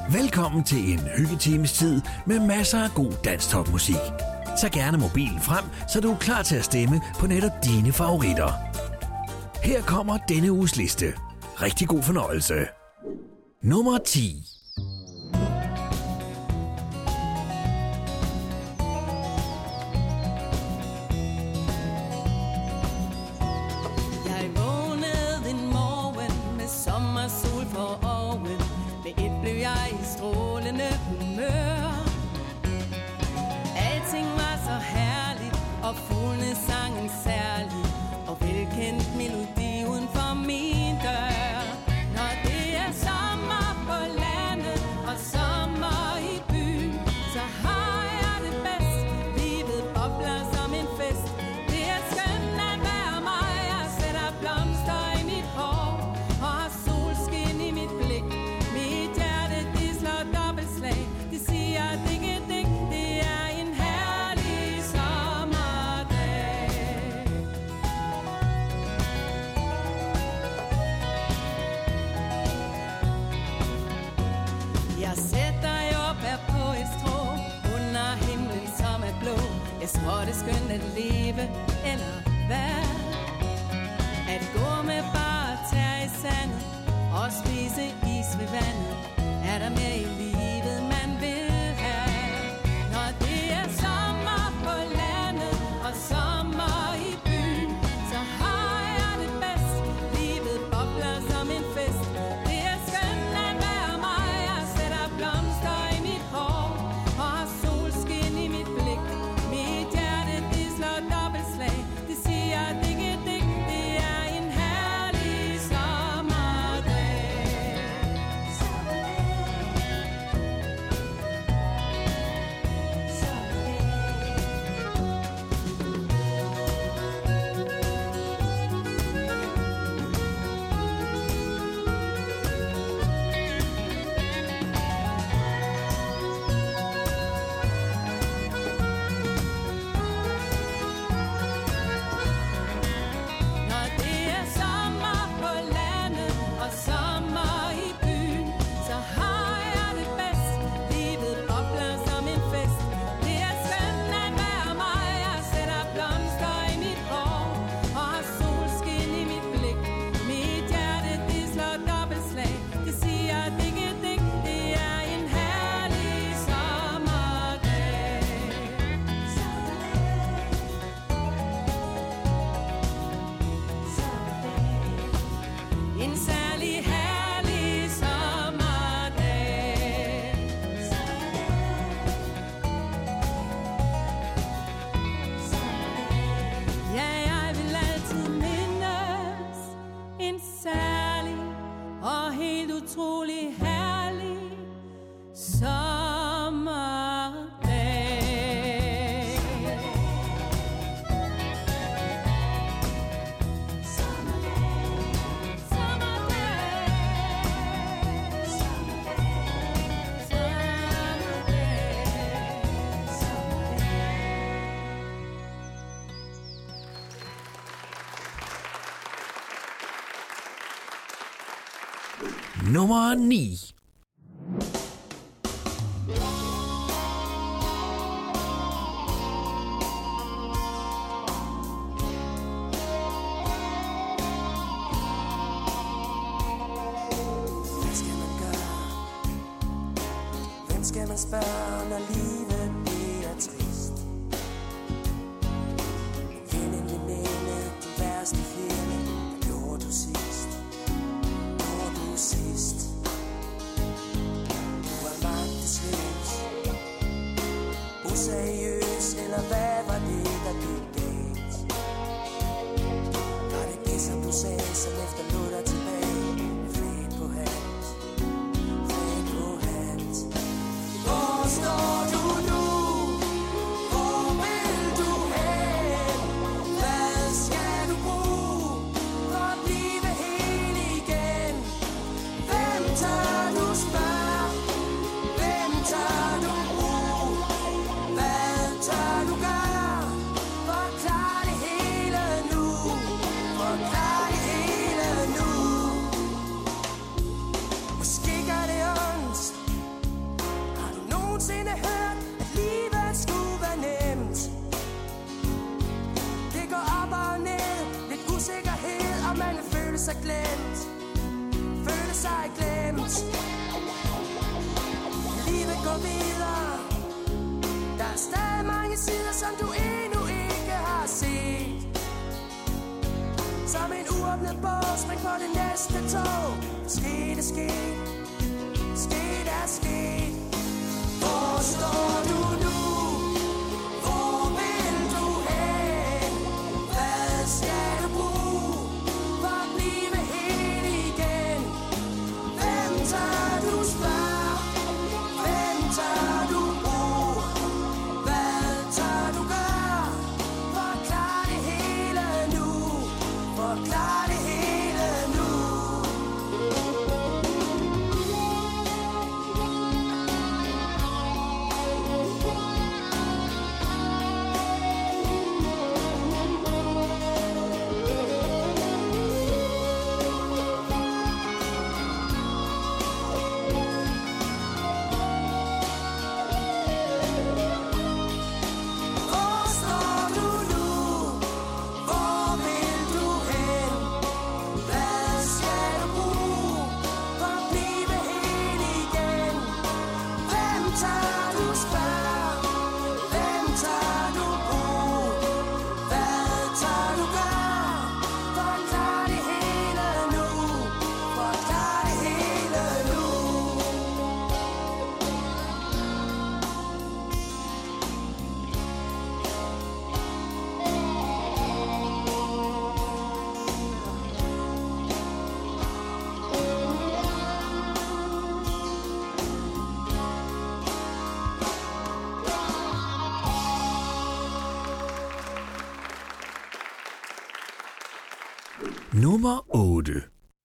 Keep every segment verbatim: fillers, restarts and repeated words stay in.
Velkommen til en hyggetimes tid med masser af god dansktopmusik. Tag gerne mobilen frem, så du er klar til at stemme på netop dine favoritter. Her kommer denne uges liste. Rigtig god fornøjelse. Nummer ti. Jeg vågnede en morgen med sommersol for øjen. Ved et blev jeg i strålende humør. Alting var så herligt, og fuglene sang en særlig og velkendt melodi uden for min dør. Når det er sommer på landet og sommer i byen, så har jeg det bedst. Livet bobler som en fest. Det er skønt at være mig. Jeg sætter blomster i mit hår og har solskin i mit blik. Mit hjerte, det slår dobbeltslag. Det siger digge dig. Det er en herlig sommerdag. Jeg sætter jordbær på et strå under himlen som er blå. Jeg tror det er skønt at leve, eller hvad? At gå med bare tær i sandet og spise is ved vandet. Er der mere i livet man vil have? Når det er sommer på landet og sommer i byen, så har jeg det bedst. Livet bobler som en fest. Det er skønt at være mig. Jeg sætter blomster i mit hår og har solskin i mit blik. Mit hjerte, det slår dobbeltslag. Det siger digge dig. Det er en herlig sommerdag. Når det er sommer på landet og sommer i byen, så har jeg det bedst. Livet bobler som en fest. Det er skønt at være mig. Jeg sætter blomster i mit hår og har solskin i mit blik. Mit hjerte, det slår dobbeltslag. Det siger digge dig. Det er en herlig sommerdag. En særlig herlig sommerdag. Ja, jeg vil altid mindes en særlig og helt utrolig herlig sommerdag. Nummer ni. Hvad skal man gøre? Hvem skal man spørge, når livet bliver trist? Find en veninde, din værste fjende. Hvad gjorde du sidst? Gjorde du sidst? Du er magtesløs, useriøs, eller hvad var det, der gik galt? Var det det, som du sagde, som efterlod dig tilbage? Med flæt på hat, flæt på hat. Hvor står du nemt. Føle sig glemt. Livet går videre. Der er stadig mange sider, som du endnu ikke har set. Som en uåbnet bog, spring på det næste tog. Sket er sket. Sket er sket. Hvor står du nu? Hvor vil du hen? Hvad skal du bruge for at blive helt igen? Hvem tør du spørge? Hvem tør du bruge? Hvad tør du gøre? Forklar det hele nu. Forklar det hele nu. Hvor står du nu? Hvor vil du hen? Hvad skal du bruge for at blive helt igen? Hvem tør du spørge? Hvem tør du bruge? Hvad tør du gøre? Forklar det hele nu. Forklar det hele nu. Nummer otte.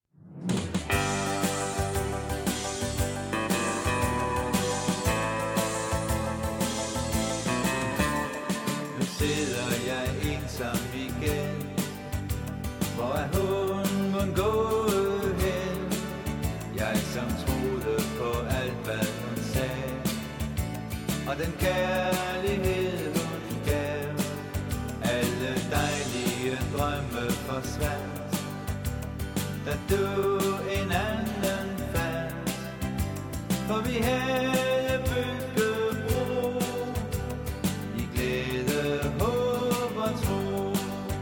Nu sidder jeg ensom igen. Hvor er hun mon gået hen? Jeg som troede på alt hvad hun sagde, og den kærlighed hun gav. Alle dejlige drømme forsvandt, da du en anden fandt. For vi havde bygget bro i glæde, håb og tro.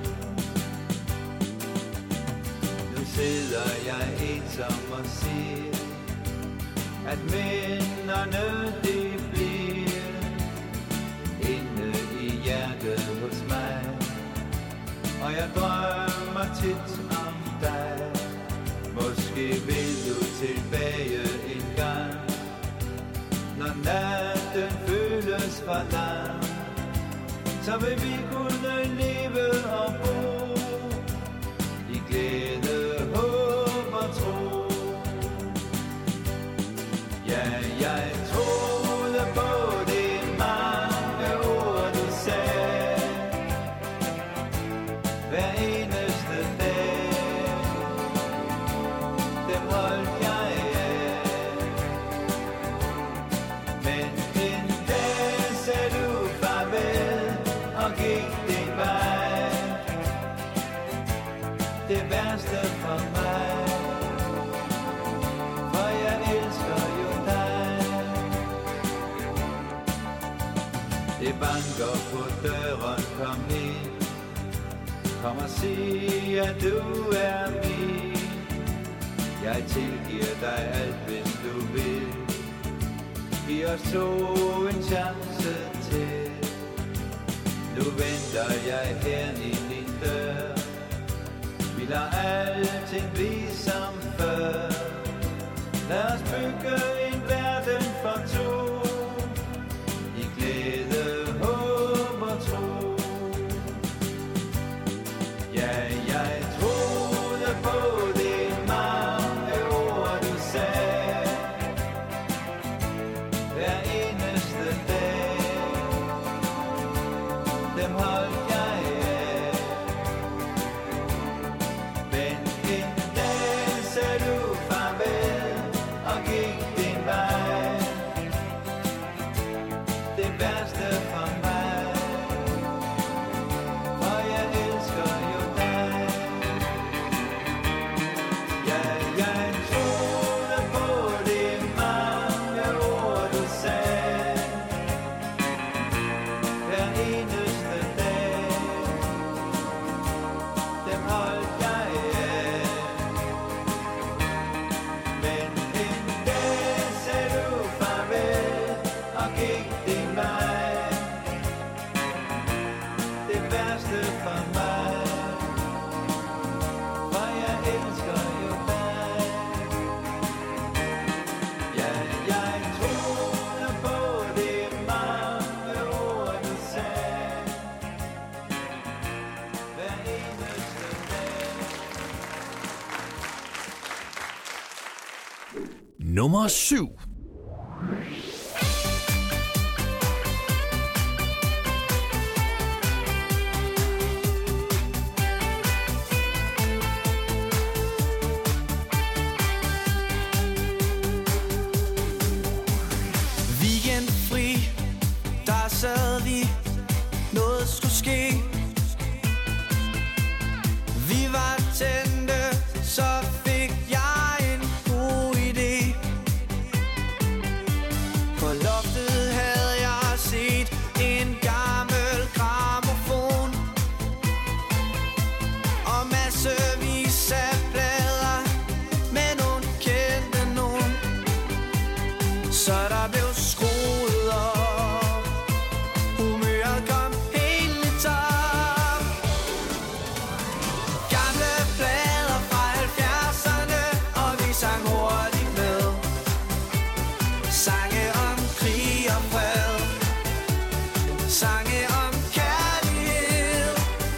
Nu sidder jeg ensom og siger, at minderne de bliver inde i hjertet hos mig. Og jeg drømmer tit om dig. Måske vil du tilbage en gang, når natten føles for lang. Så vil vi kunne leve og bo i glæde, håb og tro. Ja, jeg troede på de mange ord du sagde hver eneste dag. Dem holdt jeg af. Men en dag sagde du farvel og gik din vej. Det værste for mig, for jeg elsker jo dig. Det banker på døren, kom ind. Kom og sig, at du er min. Jeg tilgiver dig alt, hvis du vil. Giv os to en chance til. Nu venter jeg her i din dør. Vi lader alting blive som før. Lad os bygge en verden for to i glæde, håb og tro. Ja, jeg troede på de mange ord du sagde hver eneste dag. Dem holdt jeg af. Men en dag sagde du far Nummer syv. Weekendfri, der sad vi, noget skulle ske. Vi var tændte, så fik jeg en god idé. På loftet havde jeg set en gammel grammofon og massevis af plader med nogle kendte nogen. Så der blev skruet op, humøret kom helt i top. Gamle plader fra halvfjerdserne, og vi sang hurtigt med. Sange om krig og fred, sange om kærlighed.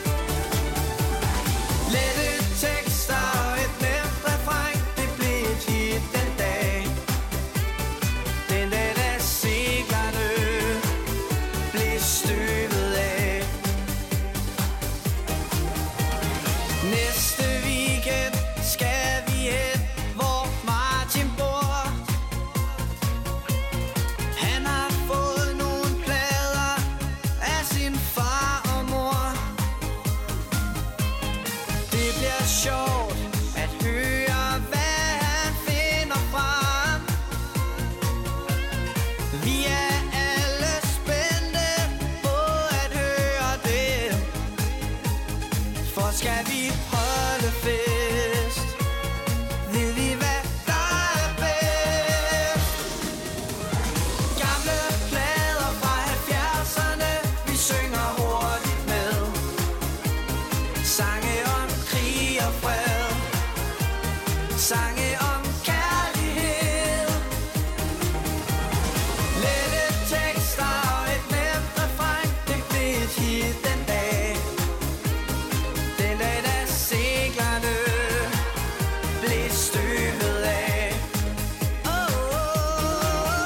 Lette tekster og et nemt refræn, det blev et hit den dag. Den dag, da seglerne blev støvet af. Næste weekend skal vi hen, hvor Martin bor. Han har fået nogle plader af sin far og mor. Det bliver sjovt at høre, hvad han finder frem. Vi er alle spændte på at høre det. For skal vi holde fest, ved vi hvad der er bedst. Gamle plader fra halvfjerdserne, vi synger hurtigt med. Sange om krig og fred, sange om kærlighed. Lette tekster og et nemt refræn, det blev et hit den dag. Den dag, da seglerne blev støvet af. Oh, oh, oh.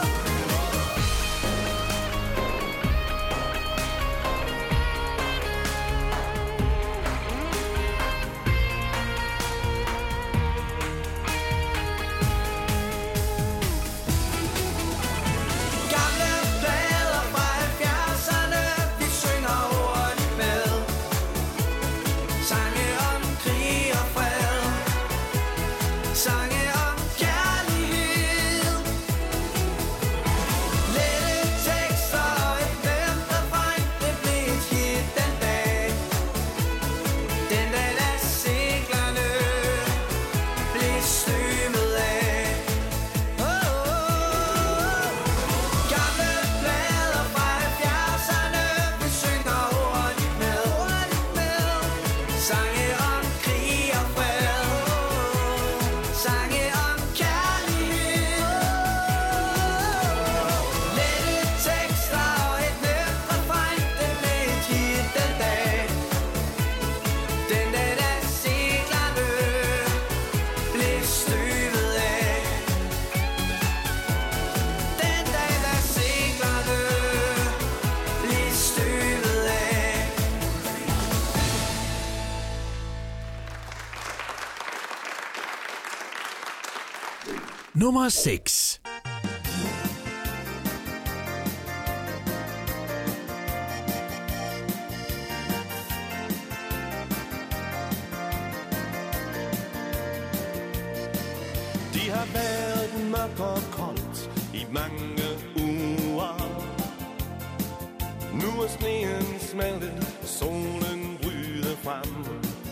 Gamle plader fra halvfjerdserne, vi synger hurtigt med. Sange om krig og fred, sange om kærlighed. Lette tekster og et nemt refræn, det blev et hit den dag. Den dag, da seglerne blev støvet af. Oh, oh, oh. Gamle plader fra halvfjerdserne, vi synger hurtigt med. Sange om krig og fred, sange om kærlighed. Lette tekster og et nemt refræn, det blev et hit den dag. Den dag, da seglerne blev støvet af. Den dag, da seglerne blev støvet af. Nummer seks. Det har været mørkt og koldt i mange uger. Nu er sneen smeltet, solen bryder frem.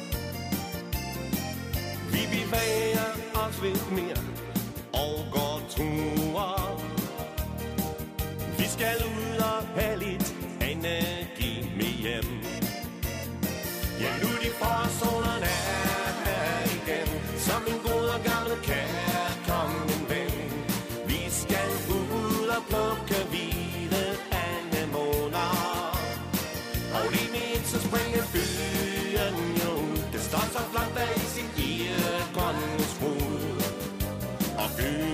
Vi bevæger os lidt mere og går ture. Vi skal ud og have lidt energi med hjem. Ja, nu de forårssolerne er her igen, som en god og gammel kærkommen ven. Vi skal ud og plukke hvide anemoner, og lige med så springer byen jo. Det står så flot der i sin eget grønne skrud, og byen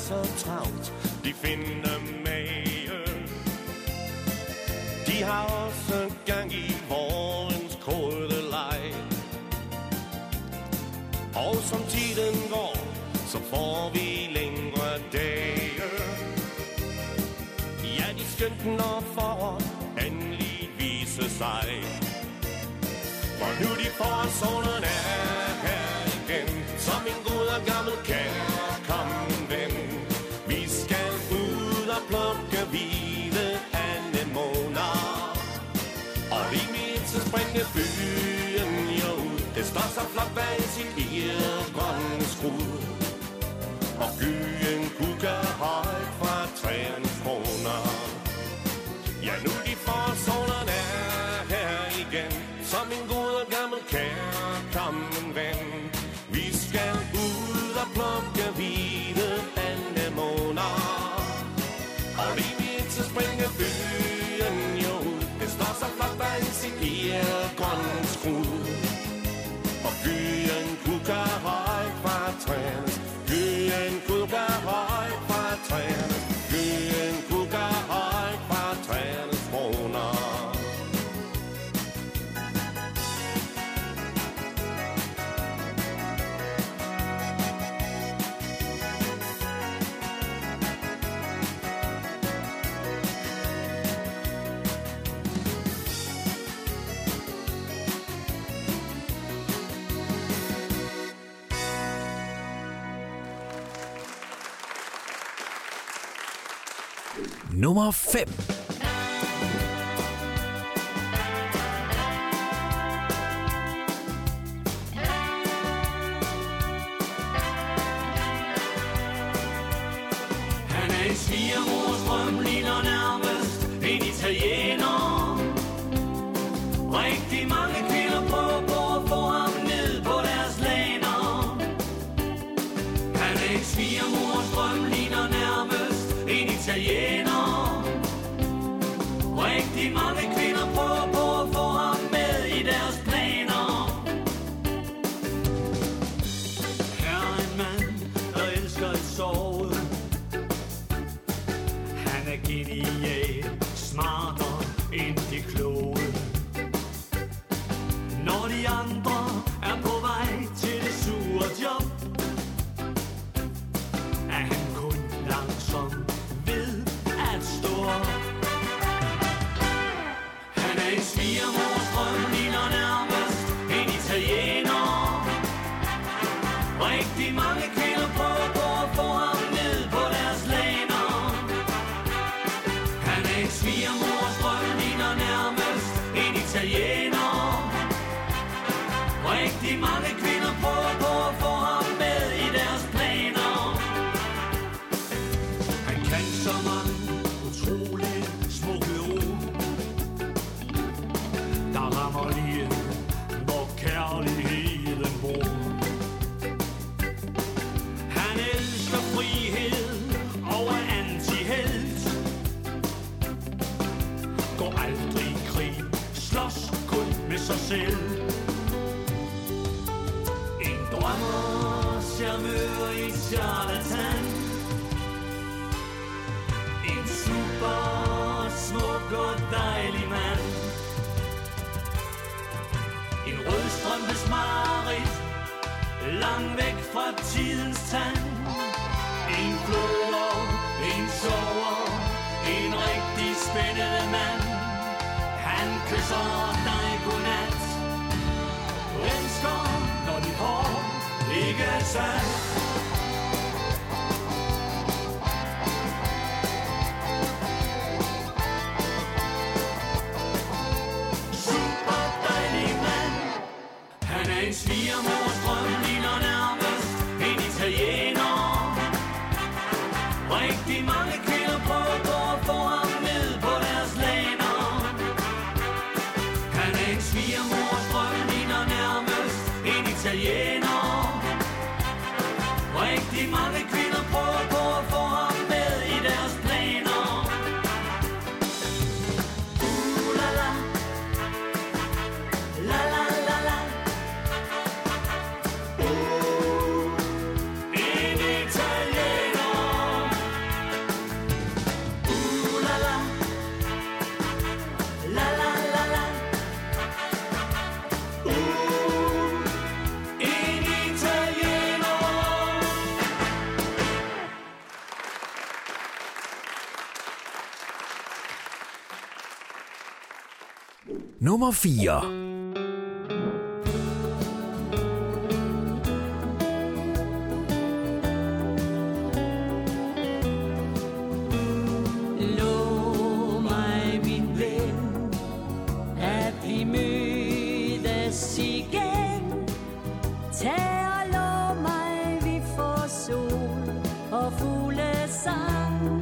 så travlt, de finder mage. De har også gang i vårens kodeleg. Og som tiden går, så får vi længere dage. Ja, de skønt når foråret endelig vise sig. For nu de får solen er her igen, som en god og gammel kærkommen ven. Vi skal ud og plukke hvide anemoner, og lige midt så springer byen jo ud. Det står så flot bag sin irgrønne skrud, og gyen kukker højt fra træernes kroner. Ja, nu de får solen er her igen, som en god og gammel kærkommen ven. Vi skal ud og plukke hvide anemoner, og lige midt så springer byen jo ud. Det står så flot bag sin irgrønne skrud, og gyen kukker højt fra træerne. Gyen kukker højt fra træerne. Gyen kukker højt fra træernes kroner. Nummer fem. Han er en svigermors drøm, ligner nærmest en italiener. Rigtig mange kvinder prøver på at få ham ned på deres laner. Han er en svigermors drøm, ligner nærmest en italiener. Rigtig mange kvinder prøver på at få ham med i deres planer. Her er en mand, der elsker at sove. Han er genial, smartere end de kloge. Når de andre er på vej til det sure job, er han kun langsom ved at stå op. Han er en svigermors drøm, ligner nærmest en italiener. Rigtig mange kvinder prøver på at få ham ned på deres laner. Han er en svigermors drøm, ligner nærmest en italiener. Rigtig mange kvinder prøver på at få ham med i deres planer. Han kan så mange utrolig smukke ord, der rammer lige, hvor kærligheden bor. Han elsker frihed og er antihelt, går aldrig i krig, slås kun med sig selv. En drømmer, charmeur i charlatan, en super smuk og dejlig mand. En rødstrømpes mareridt, langt væk fra tidens tand. En flår, en sover, en rigtig spændende mand. Han kysser dig godnat, du elsker, når dit hår ikke sandt. Super dejlig mand. Han er en svigermors drøm, ligner nærmest en italiener. Rigtig mange kvinder prøver på at få ham ned på deres laner. Han er en svigermors drøm, ligner nærmest en italiener. Rigtig mange kvinder prøver på at få ham med i deres planer. Uh, la la, la la la la. Uh, en italiener. Nummer fire. Lov mig, min ven, at vi mødes igen. Tag og lov mig, vi får sol og fuglesang.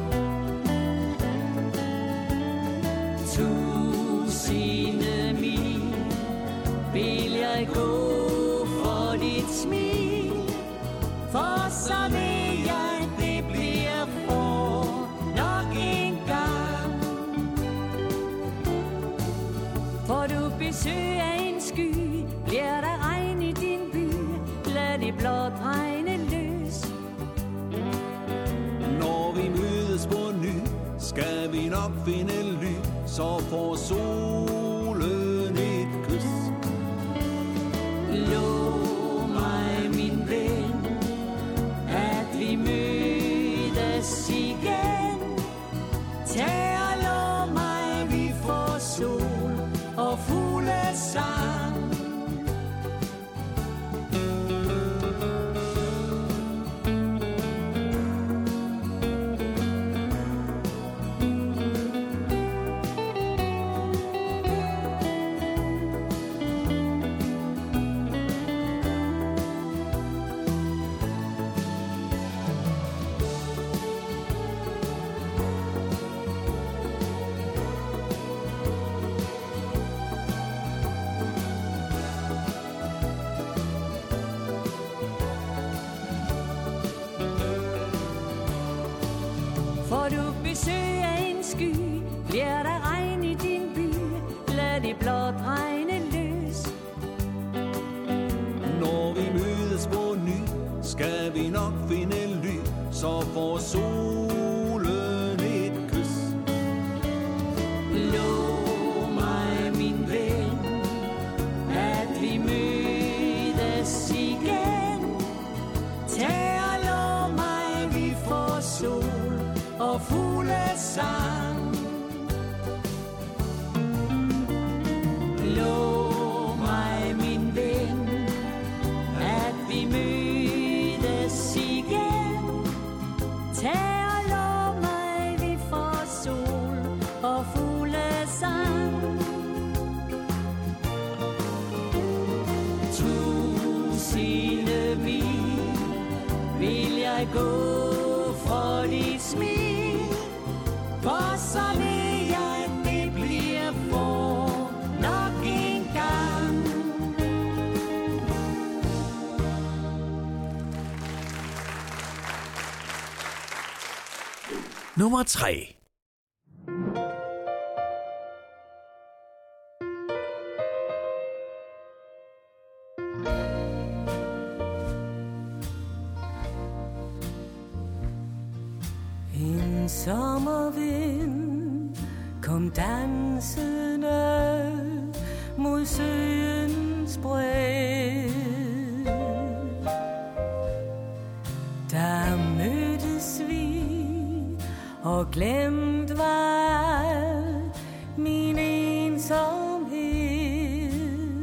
Tusinde mil vil jeg gå for dit smil, for så vil jeg, det bliver for nok en gang. For du besøg af en sky, bliver der regn i din by, lad det blot regne løs. Når vi mødes på ny, skal vi nok finde ly, så får solen et kys. Lov mig, min ven, at vi mødes igen. Tag og lov mig, vi får sol og fuglesang. For du besøg af en sky, bliver der regn i din by, lad det blot regne løs. Når vi mødes på ny, skal vi nok finde ly, så får solen et kys. Lov mig, min ven, at vi mødes igen. Tag og lov mig, vi får sol og fuglesang. Lov mig, min ven, at vi mødes igen. Tag og lov mig, vi får sol og fuglesang. Tusinde mil vil jeg gå for dit smil, for så vil jeg, det bliver for nok en gang. Nummer tre. En sommervind kom dansende mod søens bred. Der mødtes vi, og glemt var min ensomhed.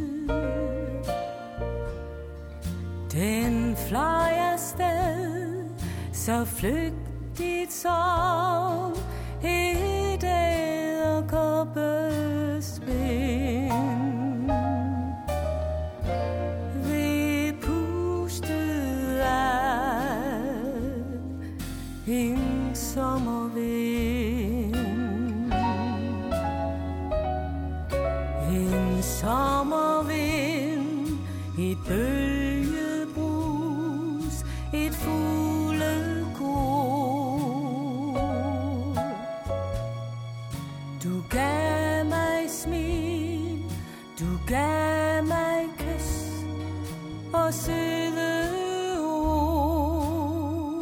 Den fløj afsted, så flygtigt som et edderkoppespind. Vi pustede af en sommervind. En sommervind, et bølgebrus, et fuglekor. Du gav mig smil, du gav mig kys og søde ord.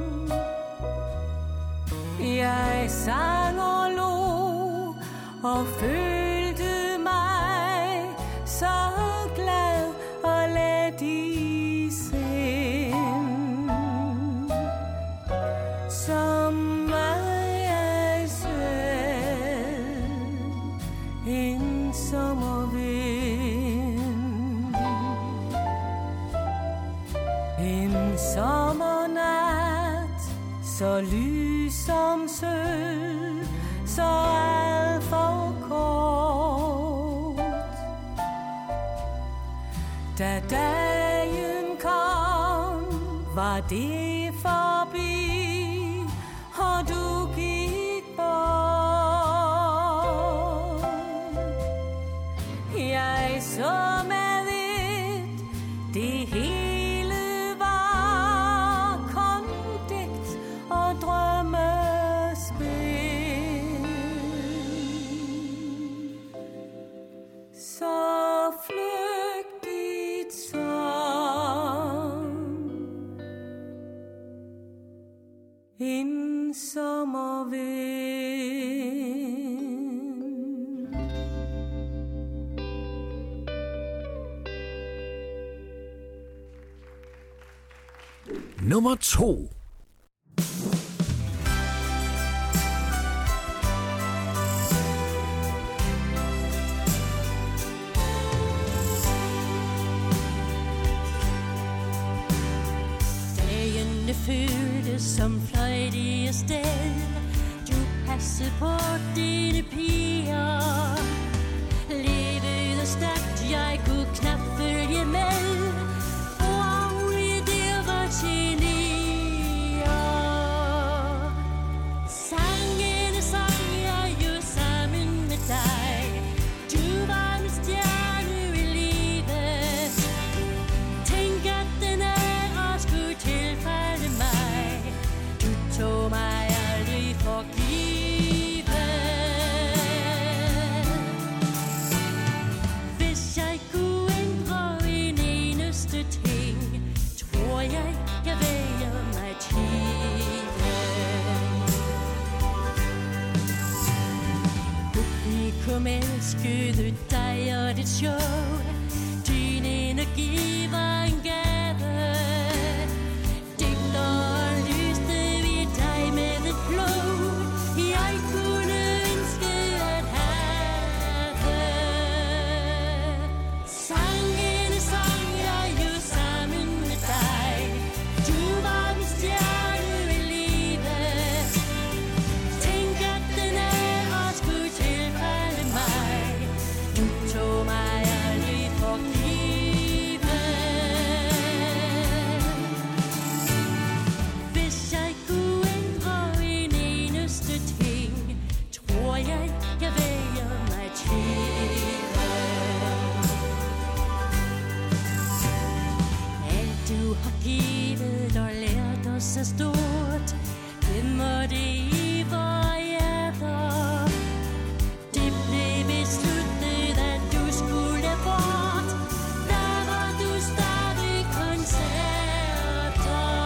Jeg sang og lå og følte mig så glad og let i sind. Som var jeg selv en så lys som sølv, så alt for kort. Da dagen kom, var det forbi, og du gik bort. Jeg så med et, det hele var kun digt og drømmespil. Så flygtigt som en sommervind. Nummer to. Dagene føltes som fløjtige sted. Du passede på dine piger. Levede stærkt, jeg kunne knap følge med. Uaflige der var genier. Sangene sang jeg jo sammen med dig. Du var min stjerne i livet. Tænk at den ære skulle tilfalde mig. Du tog mig aldrig for givet. Hvis jeg kunne ændre en eneste ting, tror jeg, jeg vælger mig tiden. Publikum elskede dig og dit show. Din energi var en gave. Digter lyste ved dig med et blå. Jeg kunne ønske at have. Sangene sang jeg jo sammen med dig. Du var min stjerne i livet. Tænk at den ære skulle tilfalde mig. Du tog mig aldrig for givet. Hvis jeg kunne ændre en eneste ting, tror jeg, jeg vælger mig tiden. Alt du har givet og lært os er stort. Gemmer det i vore hjerter. Det blev besluttet, at du skulle bort. Der var du stadig koncerter.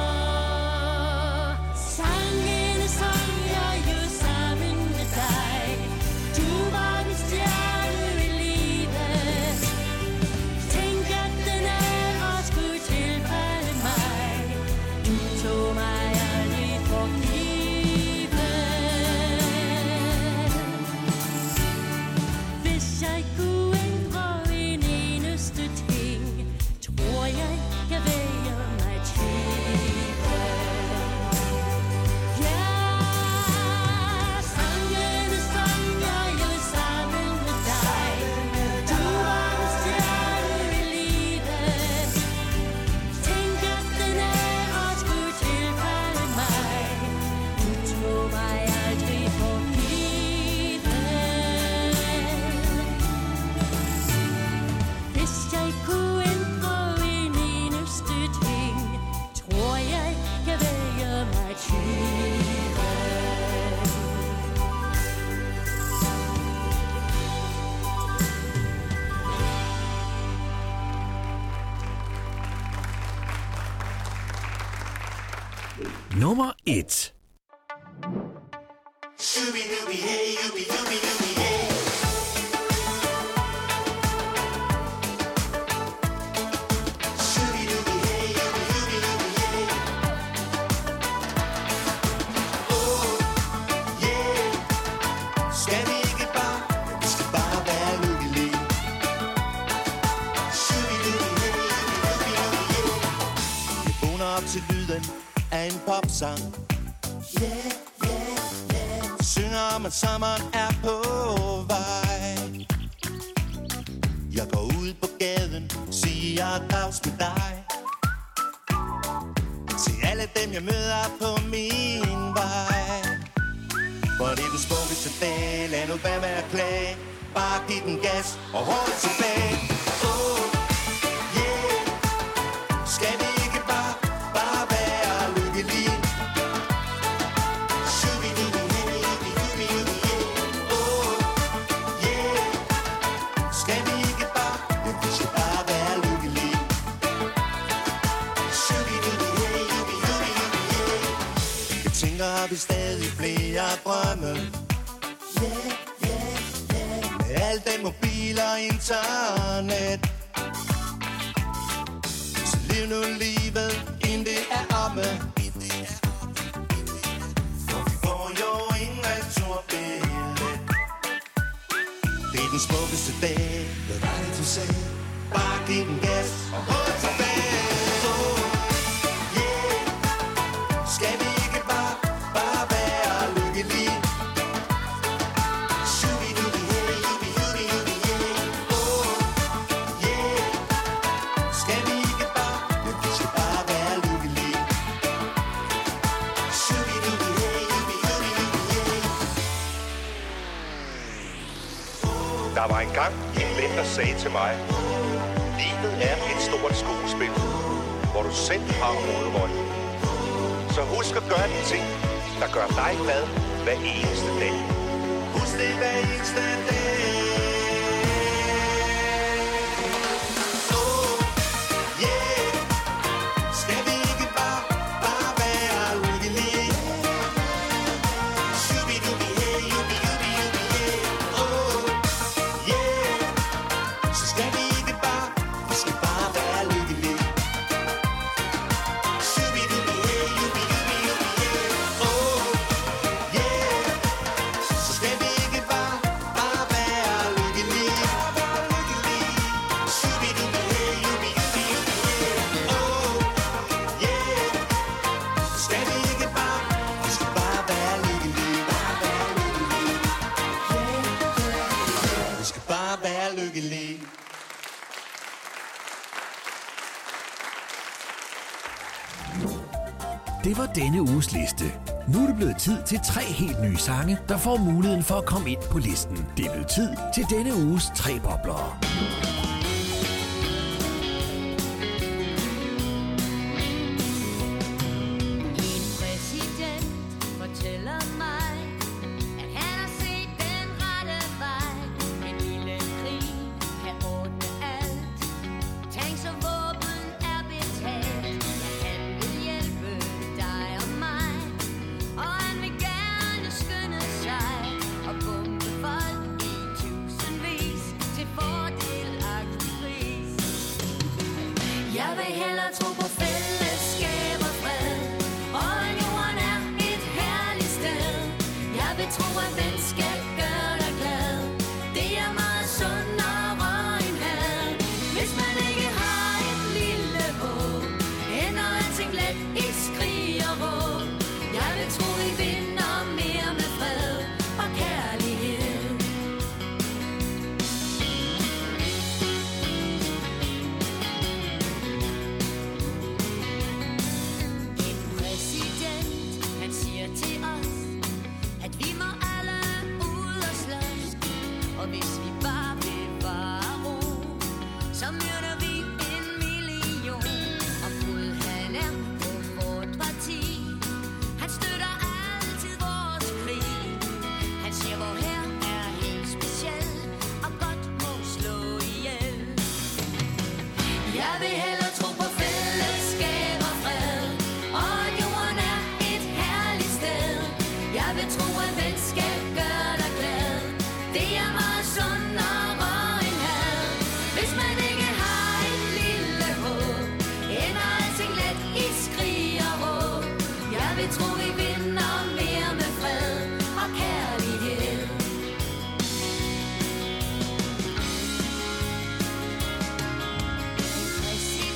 Sangene sang jeg jo sammen med dig. Du var min stjerne i livet. Tænk at den ære skulle tilfalde mig. Du tog mig aldrig for givet. Hvis jeg kunne ændre en eneste ting, tror jeg, jeg vælger mig tiden. Ja, sangene sang jeg jo sammen med dig. Du var min stjerne i livet. Tænk at den ære skulle tilfalde mig. Du tog mig aldrig for givet. Hvis jeg kunne ændre en eneste ting, tror jeg, jeg vælger mig tiden. Nummer et. Skal vi ikke bare, vi skal bare være lykkelige. Jeg vågner op til lyden af en popsang. Yeah, yeah, yeah. Synger om, at sommeren er på vej. Jeg går ud på gaden, siger dags med dig. Til alle dem, jeg møder på min vej. For det er den smukkeste dag, lad nu være med at klage. Bare giv den gas og hold tilbage. Oh, yeah. Skal vi ikke bare, bare være lykkelige? Oh, yeah. Skal vi ikke bare, ja, vi skal bare være lykkelige. Jeg tænker, har vi stadig flere drømme? Yeah, yeah, yeah. Med alt den mobil og internet. Så lev nu livet, inden det er omme. For vi får jo ingen returbillet. Det er den smukkeste dag. Hvad var det, du sagde? Bare giv den gas og hold tilbage. Oh, yeah. Skal vi ikke bare, bare være lykkelige? Der var engang en ven, der sagde til mig: livet er et stort skuespil, hvor du selv har hovedrollen. Så husk at gøre de ting, der gør dig glad hver eneste dag. Husk det hver eneste dag. Oh, yeah. Skal vi ikke bare, bare være lykkelige? Shubi-dubi, hey, yubi, yubi, yubi, yeah. Oh, yeah. Så skal vi ikke bare, vi skal bare være lykkelige. Shubi-dubi, hey, yubi, yubi, yubi, yeah. Oh, yeah. Så skal vi ikke bare, bare være lykkelige. Shubi-dubi, hey, yubi, yubi, yubi, yeah. Oh, yeah. Så skal vi ikke bare, vi skal bare være lykkelige. Bare være lykkelige. Vi skal bare være lykkelige. Det var denne uges liste. Nu er det blevet tid til tre helt nye sange, der får muligheden for at komme ind på listen. Det er blevet tid til denne uges tre boblere. En præsident fortæller mig, at han har set den rette vej. En lille krig kan ordne alt. Tanks og våben er betalt. Ja, han vil hjælpe dig og mig. Og han vil gerne skynde sig og bombe folk i tusindvis til fordelagtig pris. Jeg vil hellere tro på fællesskab og fred, og jorden er et herligt sted. Jeg vil tro, at venskab gør dig glad. Det er meget sundere end had. Hvis man ikke har et lille håb, ender alting let i skrig og råb. Jeg vil tro, vi vinder mere med fred og kærlighed. En præsident, han siger til os, at vi må alle ud og slås. Og hvis vi bare bevarer ro, så myrder vi en million. Og Gud, han er på vort parti. Han støtter altid vores krig. Han siger, hvor her er helt speciel, og godt må slå ihjel. Jeg vil hellere tro på fællesskab og fred, og jorden er et herligt sted. Jeg vil tro, at venskab gør dig glad. Det er meget sundere end had. Hvis man ikke har et lille håb, ender alting let i skrig og råb. Jeg vil tro, vi vinder mere med fred og kærlighed. En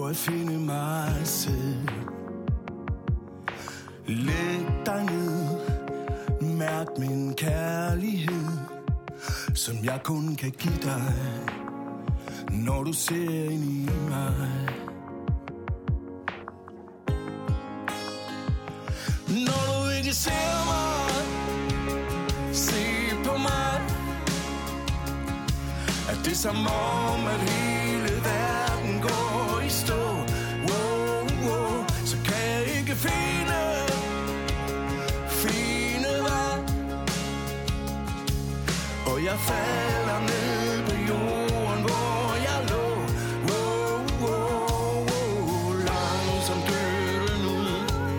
på at finde mig selv. Læg dig ned, mærk min kærlighed, som jeg kun kan give dig, når du ser ind i mig. Når du ikke ser mig, se på mig, at det er som om, at hele verden går i stå. Wow, wow, så kan jeg ikke finde, finde vej, og jeg falder ned på jorden, hvor jeg lå. Wow, wow, wow, langsomt dør den ud.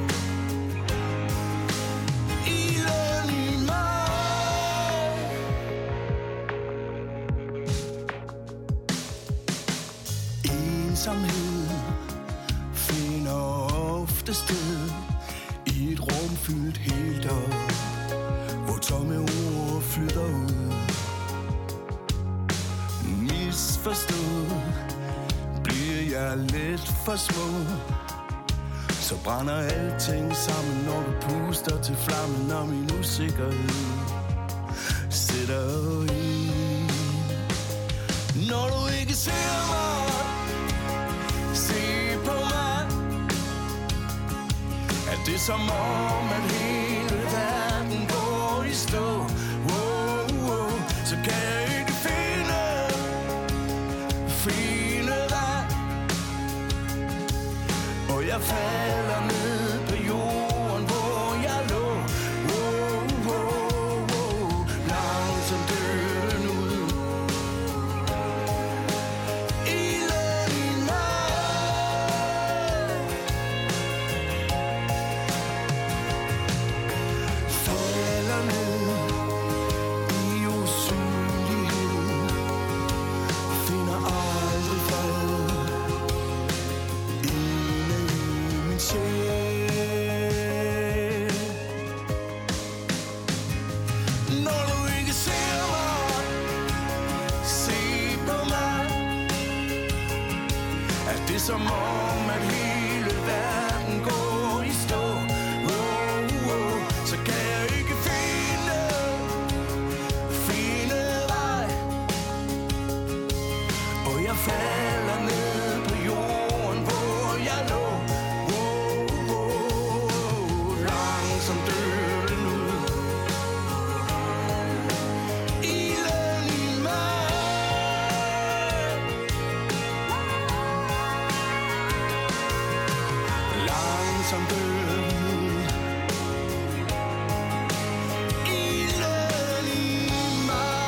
Ilden i mig. Ensomhed finder ofte sted i et rum fyldt helt op, hvor tomme ord flytter ud. Misforstået bliver jeg lidt for små, så brænder alting sammen, når du puster til flammen, og min usikkerhed sætter i. Når du ikke ser mig, se på mig, at det er som om, at hele verden går i stå. Wow, wow, så kan jeg ikke finde, finde dig, og jeg falder ned på jorden, hvor jeg lå. Wow, wow, wow, langsomt dør den ud. Ilden i mig. Falder ned i usynlighed, finder aldrig fred inde i min sjæl. Når du ikke ser mig, se på mig, at det er som om, at hele verden går i stå. Wow, wow, så kan jeg ikke finde, finde vej, og jeg falder ned på jorden, hvor jeg lå. Wow, wow, langsomt dør den ud. Ilden i mig. Langsomt dør den ud. Ilden i mig.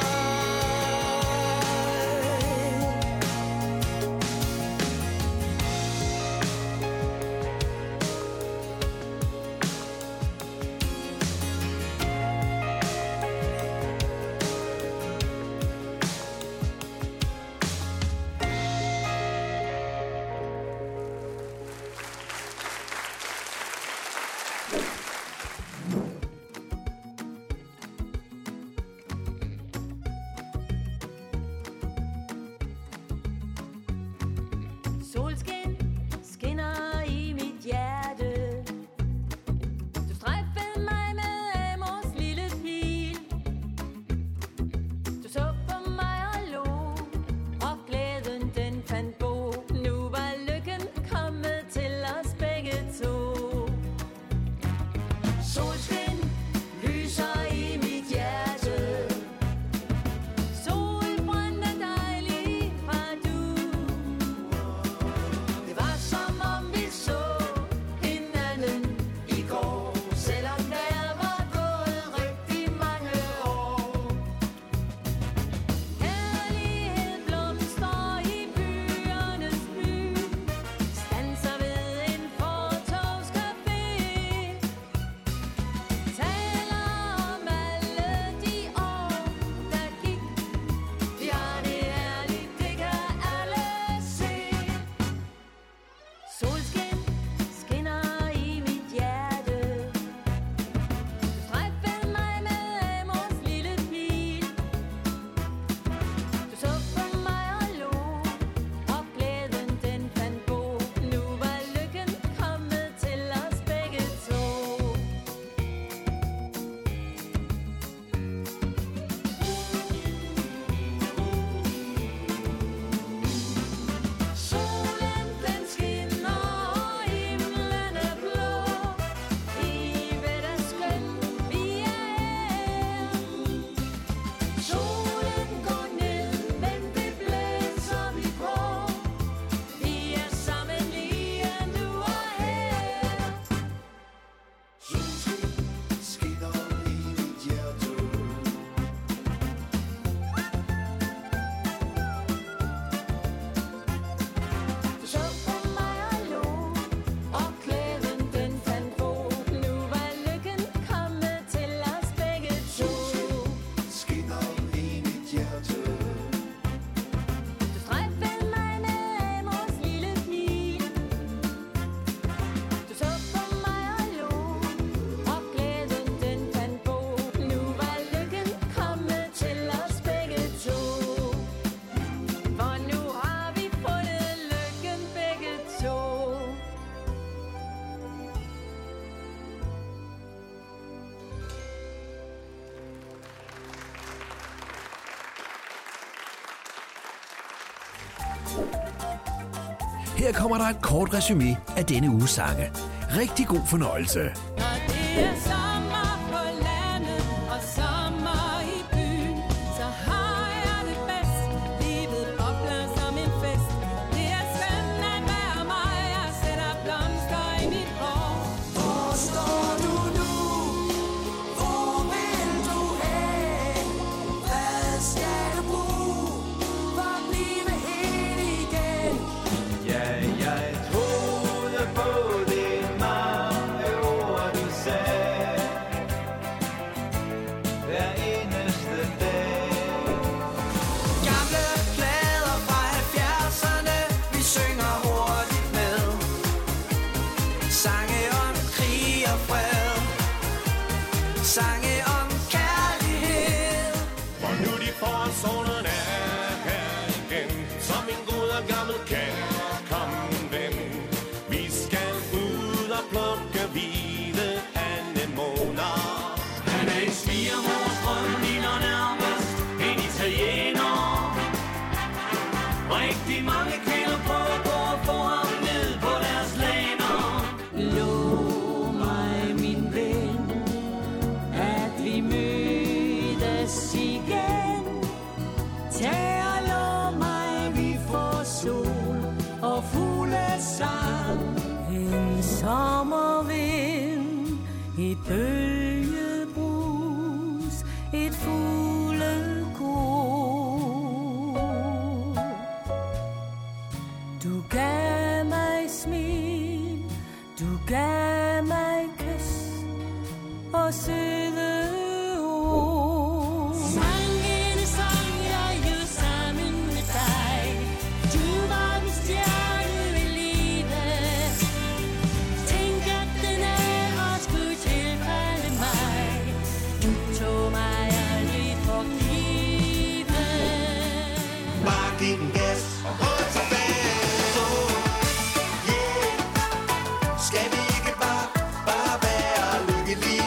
Her kommer der et kort resumé af denne uges sange. Rigtig god fornøjelse. Når det er sommer på landet og sommer i byen, så har jeg det bedst. Livet bobler som en fest. Det er skønt at være mig. Jeg sætter blomster i mit hår. Hvor står du nu? Hvor vil du hen? Hvad skal du bruge for at blive helt igen? Ja, jeg troede på det mange ord, du sagde hver eneste dag. Gamle plader fra halvfjerdserne, vi synger hurtigt med. Sange om krig og fred, sange om kærlighed. For nu de får solen er her igen, som en god og gammel kærkommen ven. Vi skal ud og plukke hvide anemoner. Han er en svigermors drøm, ligner nærmest en italiener. Rigtig mange kvinder prøver på at få ham ned på deres laner. Lov mig, min ven, at vi mødes igen. Tag og lov mig, vi får sol og fuglesang. En sommervind, et bølgebrus, et fuglekor. Du gav mig smil, du gav mig kys og søde ord. Sangene sang jeg jo sammen med dig. Du var min stjerne i livet. Tænk at den ære skulle tilfalde mig. Du tog mig aldrig for givet. Bare giv den gas og hold tilbage. Så, yeah. Skal vi ikke bare, bare være lykkelige?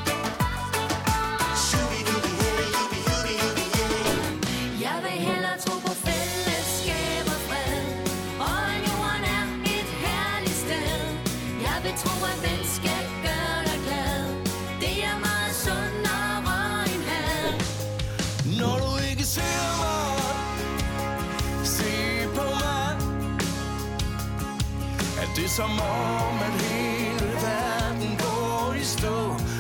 Shubi-dubi-hey, yubi-yubi-yubi-hey. Jeg vil hellere tro på fællesskab og fred, og at jorden er et herligt sted. Jeg vil tro, at venskab gør dig glad. Det er meget sundere end had. Når du ikke ser mig, se på mig. Er det som om, at hele verden går i stå?